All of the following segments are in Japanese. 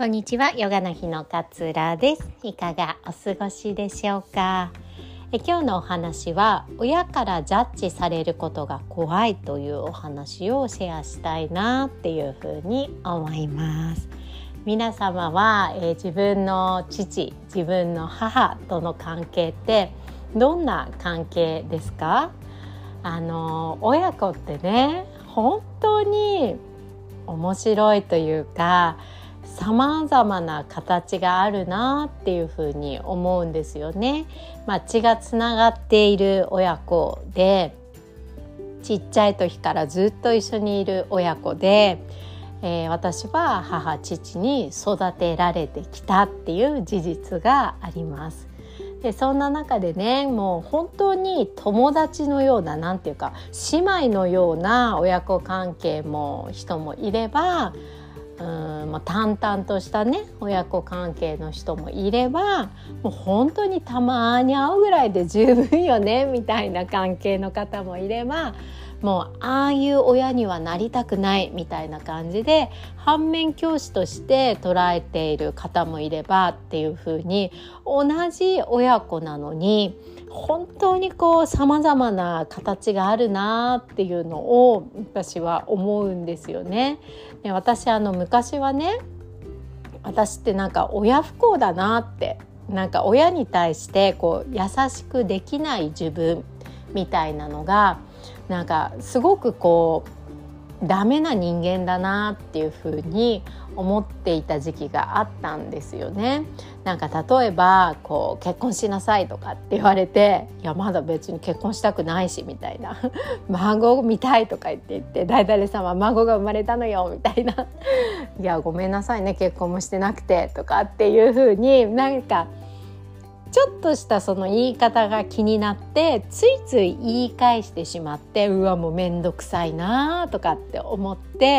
こんにちは、ヨガの日の勝浦です。いかがお過ごしでしょうか。今日のお話は、親からジャッジされることが怖いというお話をシェアしたいなっていうふうに思います。皆様は、自分の父、自分の母との関係ってどんな関係ですか？親子ってね、本当に面白いというか、様々な形があるなっていうふうに思うんですよね。血がつながっている親子で、ちっちゃい時からずっと一緒にいる親子で、私は母父に育てられてきたっていう事実があります。でそんな中でね、もう本当に友達のような、なんていうか姉妹のような親子関係も人もいれば、淡々としたね親子関係の人もいれば、もう本当にたまに会うぐらいで十分よねみたいな関係の方もいれば、もうああいう親にはなりたくないみたいな感じで反面教師として捉えている方もいればっていう風に、同じ親子なのに本当に様々な形があるなっていうのを私は思うんですよね。で私昔はね、私ってなんか親不孝だなって、なんか親に対して優しくできない自分みたいなのが、なんかすごくダメな人間だなっていう風に思っていた時期があったんですよね。なんか例えば結婚しなさいとかって言われて、いやまだ別に結婚したくないしみたいな孫を見たいとか言って誰々さんは孫が生まれたのよみたいな、いやごめんなさいね結婚もしてなくてとかっていう風に、なんかちょっとしたその言い方が気になってついつい言い返してしまって、うわもうめんどくさいなとかって思って、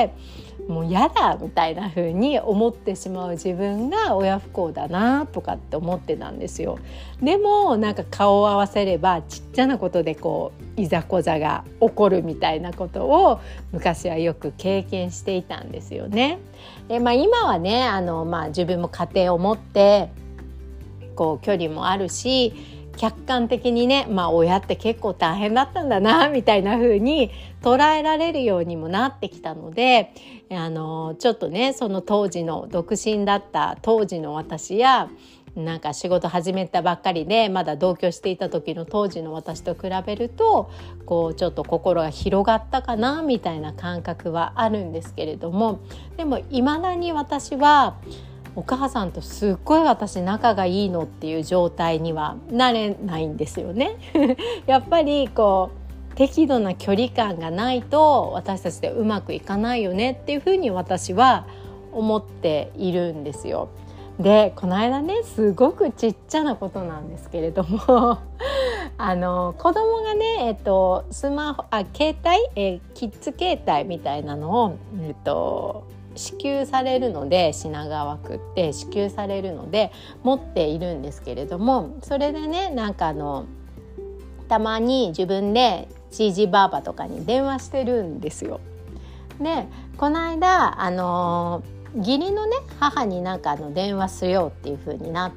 もうやだみたいな風に思ってしまう自分が親不孝だなとかって思ってたんですよ。でもなんか顔を合わせればちっちゃなことでいざこざが起こるみたいなことを昔はよく経験していたんですよね。で、今はね自分も家庭を持って距離もあるし、客観的にね、親って結構大変だったんだなみたいな風に捉えられるようにもなってきたので、ちょっとねその当時の独身だった当時の私や、なんか仕事始めたばっかりでまだ同居していた時の当時の私と比べるとちょっと心が広がったかなみたいな感覚はあるんですけれども、でも未だに私はお母さんとすっごい私仲がいいのっていう状態にはなれないんですよねやっぱり適度な距離感がないと私たちでうまくいかないよねっていうふうに私は思っているんですよ。でこの間ね、すごくちっちゃなことなんですけれども子供がね、スマホ携帯、キッズ携帯みたいなのを、支給されるので、品川区って支給されるので持っているんですけれども、それでねなんかたまに自分でじいじばあばとかに電話してるんですよ。でこの間義理のね母になんか電話しようっていう風になって、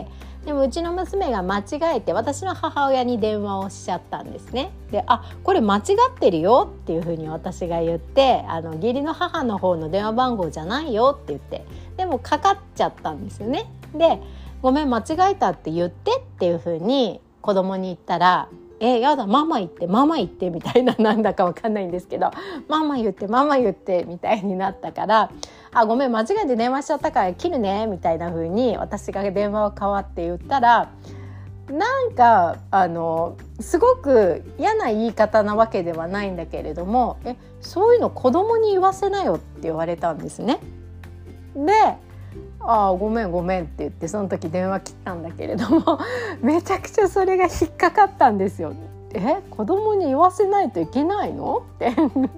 でもうちの娘が間違えて私の母親に電話をしちゃったんですね。でこれ間違ってるよっていう風に私が言って、義理の母の方の電話番号じゃないよって言って、でもかかっちゃったんですよね。でごめん間違えたって言ってっていう風に子供に言ったら、やだママ言ってママ言ってみたいな、なんだかわかんないんですけど、ママ言ってママ言ってみたいになったから、ごめん間違えて電話しちゃったから切るねみたいな風に私が電話を代わって言ったら、なんかすごく嫌な言い方なわけではないんだけれども、そういうの子供に言わせなよって言われたんですね。でごめんごめんって言ってその時電話切ったんだけれどもめちゃくちゃそれが引っかかったんですよ。子供に言わせないといけないのって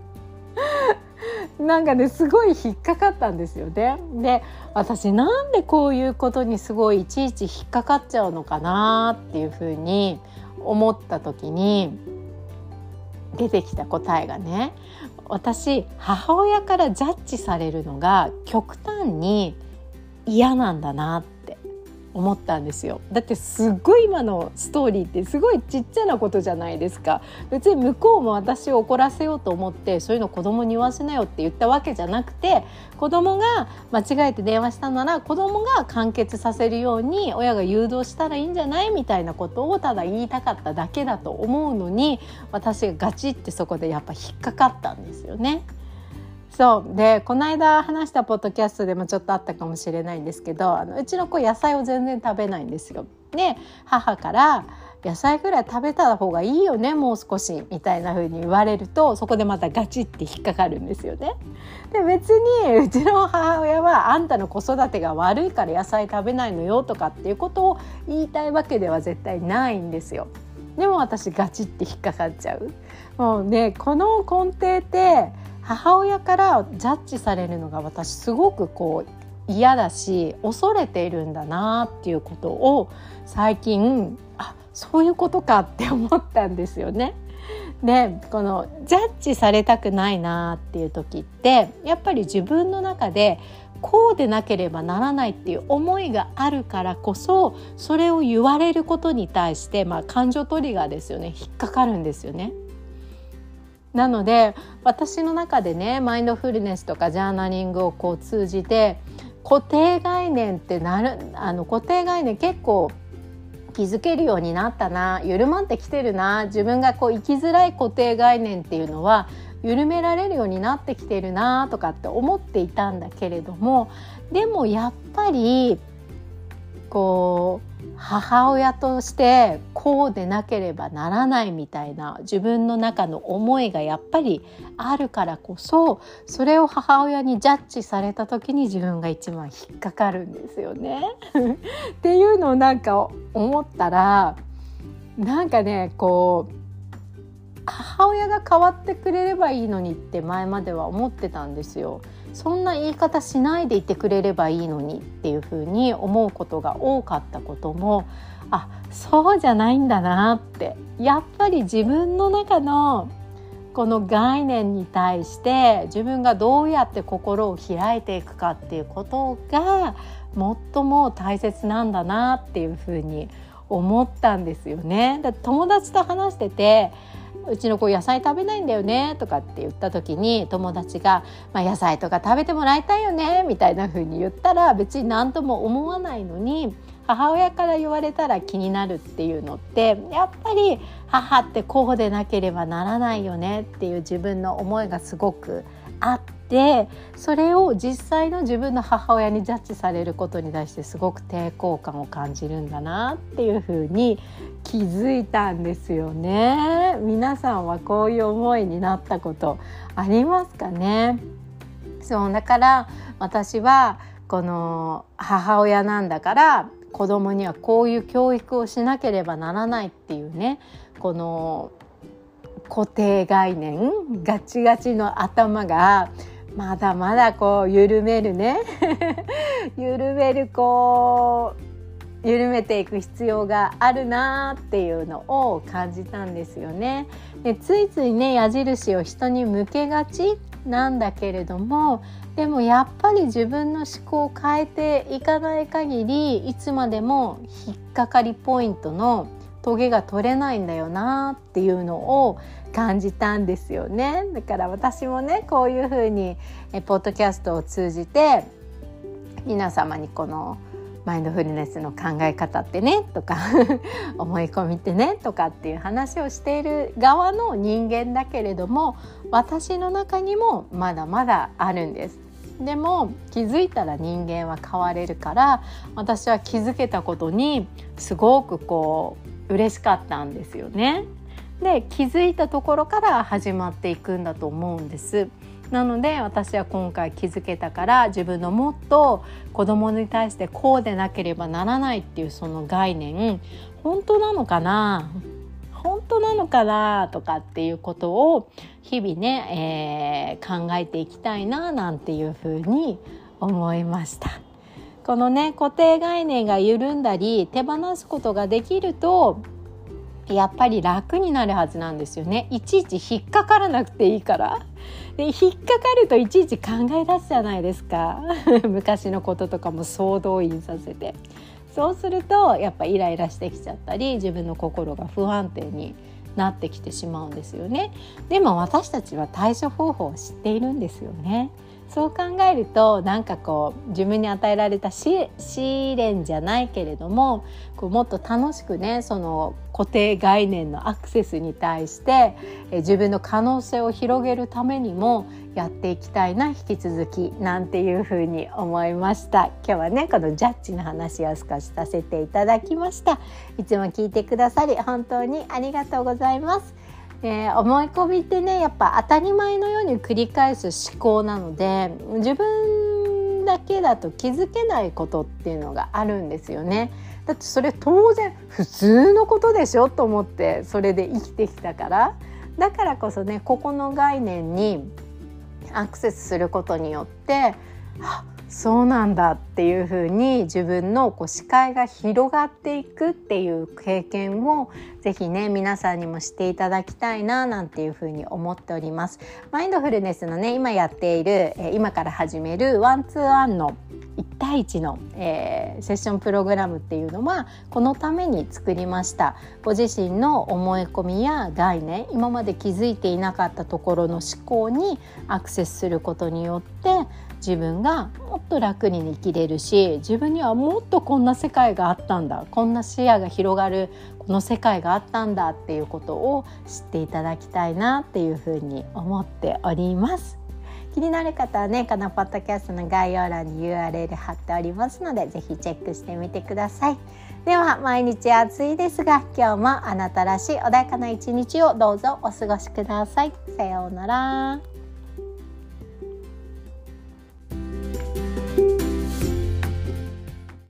なんかねすごい引っかかったんですよね。で私なんでこういうことにすごいいちいち引っかかっちゃうのかなっていうふうに思った時に出てきた答えがね、私母親からジャッジされるのが極端に嫌なんだなって思ったんですよ。だってすっごい今のストーリーってすごいちっちゃなことじゃないですか。別に向こうも私を怒らせようと思ってそういうの子供に言わせなよって言ったわけじゃなくて、子供が間違えて電話したなら子供が完結させるように親が誘導したらいいんじゃないみたいなことをただ言いたかっただけだと思うのに、私がガチってそこでやっぱ引っかかったんですよね。そうで、この間話したポッドキャストでもちょっとあったかもしれないんですけど、うちの子野菜を全然食べないんですよ。で母から野菜ぐらい食べた方がいいよねもう少しみたいな風に言われると、そこでまたガチって引っかかるんですよね。で別にうちの母親はあんたの子育てが悪いから野菜食べないのよとかっていうことを言いたいわけでは絶対ないんですよ。でも私ガチって引っかかっちゃう。もうね、この根底って母親からジャッジされるのが私すごく嫌だし恐れているんだなっていうことを最近そういうことかって思ったんですよね。でこのジャッジされたくないなっていう時ってやっぱり自分の中でこうでなければならないっていう思いがあるからこそ、それを言われることに対して、感情トリガーですよね、引っかかるんですよね。なので私の中でね、マインドフルネスとかジャーナリングを通じて固定概念って固定概念結構気づけるようになったな、緩まってきてるな、自分が生きづらい固定概念っていうのは緩められるようになってきてるなとかって思っていたんだけれども、でもやっぱり母親としてこうでなければならないみたいな自分の中の思いがやっぱりあるからこそ、それを母親にジャッジされた時に自分が一番引っかかるんですよねっていうのを思ったら、母親が変わってくれればいいのにって前までは思ってたんですよ。そんな言い方しないでいてくれればいいのにっていうふうに思うことが多かったことも、そうじゃないんだなって、やっぱり自分の中のこの概念に対して自分がどうやって心を開いていくかっていうことが最も大切なんだなっていうふうに思ったんですよね。だって友達と話してて、うちの子野菜食べないんだよねとかって言った時に友達が、野菜とか食べてもらいたいよねみたいな風に言ったら別に何とも思わないのに、母親から言われたら気になるっていうのって、やっぱり母ってこうでなければならないよねっていう自分の思いがすごくあって、それを実際の自分の母親にジャッジされることに対してすごく抵抗感を感じるんだなっていうふうに気づいたんですよね。皆さんはこういう思いになったことありますかね。そうだから私はこの母親なんだから子供にはこういう教育をしなければならないっていうね、この固定概念ガチガチの頭がまだまだ緩めるね緩めていく必要があるなっていうのを感じたんですよね。でついついね矢印を人に向けがちなんだけれども、でもやっぱり自分の思考を変えていかない限りいつまでも引っかかりポイントのトゲが取れないんだよなっていうのを感じたんですよね。だから私もねこういうふうにポッドキャストを通じて皆様にこのマインドフルネスの考え方ってねとか思い込みってねとかっていう話をしている側の人間だけれども、私の中にもまだまだあるんです。でも気づいたら人間は変われるから、私は気づけたことにすごく嬉しかったんですよね。で気づいたところから始まっていくんだと思うんです。なので私は今回気づけたから、自分のもっと子供に対してこうでなければならないっていうその概念本当なのかなとかっていうことを日々ね、考えていきたいななんていうふうに思いました。このね固定概念が緩んだり手放すことができると、 やっぱり楽になるはずなんですよね。いちいち引っかからなくていいから。で引っかかるといちいち考え出すじゃないですか昔のこととかも総動員させて、そうするとやっぱイライラしてきちゃったり、自分の心が不安定になってきてしまうんですよね。でも私たちは対処方法を知っているんですよね。そう考えるとなんかこう自分に与えられた試練じゃないけれども、こうもっと楽しくね、その固定概念のアクセスに対して自分の可能性を広げるためにもやっていきたいな、引き続きなんていうふうに思いました。今日はねこのジャッジの話を少しさせていただきました。いつも聞いてくださり本当にありがとうございます。思い込みってね、やっぱ当たり前のように繰り返す思考なので、自分だけだと気づけないことっていうのがあるんですよね。だってそれ当然普通のことでしょと思ってそれで生きてきたから、だからこそねここの概念にアクセスすることによって、そうなんだっていう風に自分の視界が広がっていくっていう経験をぜひね皆さんにもしていただきたいななんていう風に思っております。マインドフルネスのね今やっている今から始める1-2-1の1対1の、セッションプログラムっていうのはこのために作りました。ご自身の思い込みや概念、今まで気づいていなかったところの思考にアクセスすることによって自分がもっと楽に生きれるし、自分にはもっとこんな世界があったんだ、こんな視野が広がるこの世界があったんだっていうことを知っていただきたいなっていうふうに思っております。気になる方はねこのポッドキャストの概要欄に URL 貼っておりますのでぜひチェックしてみてください。では毎日暑いですが今日もあなたらしい穏やかな一日をどうぞお過ごしください。さようなら。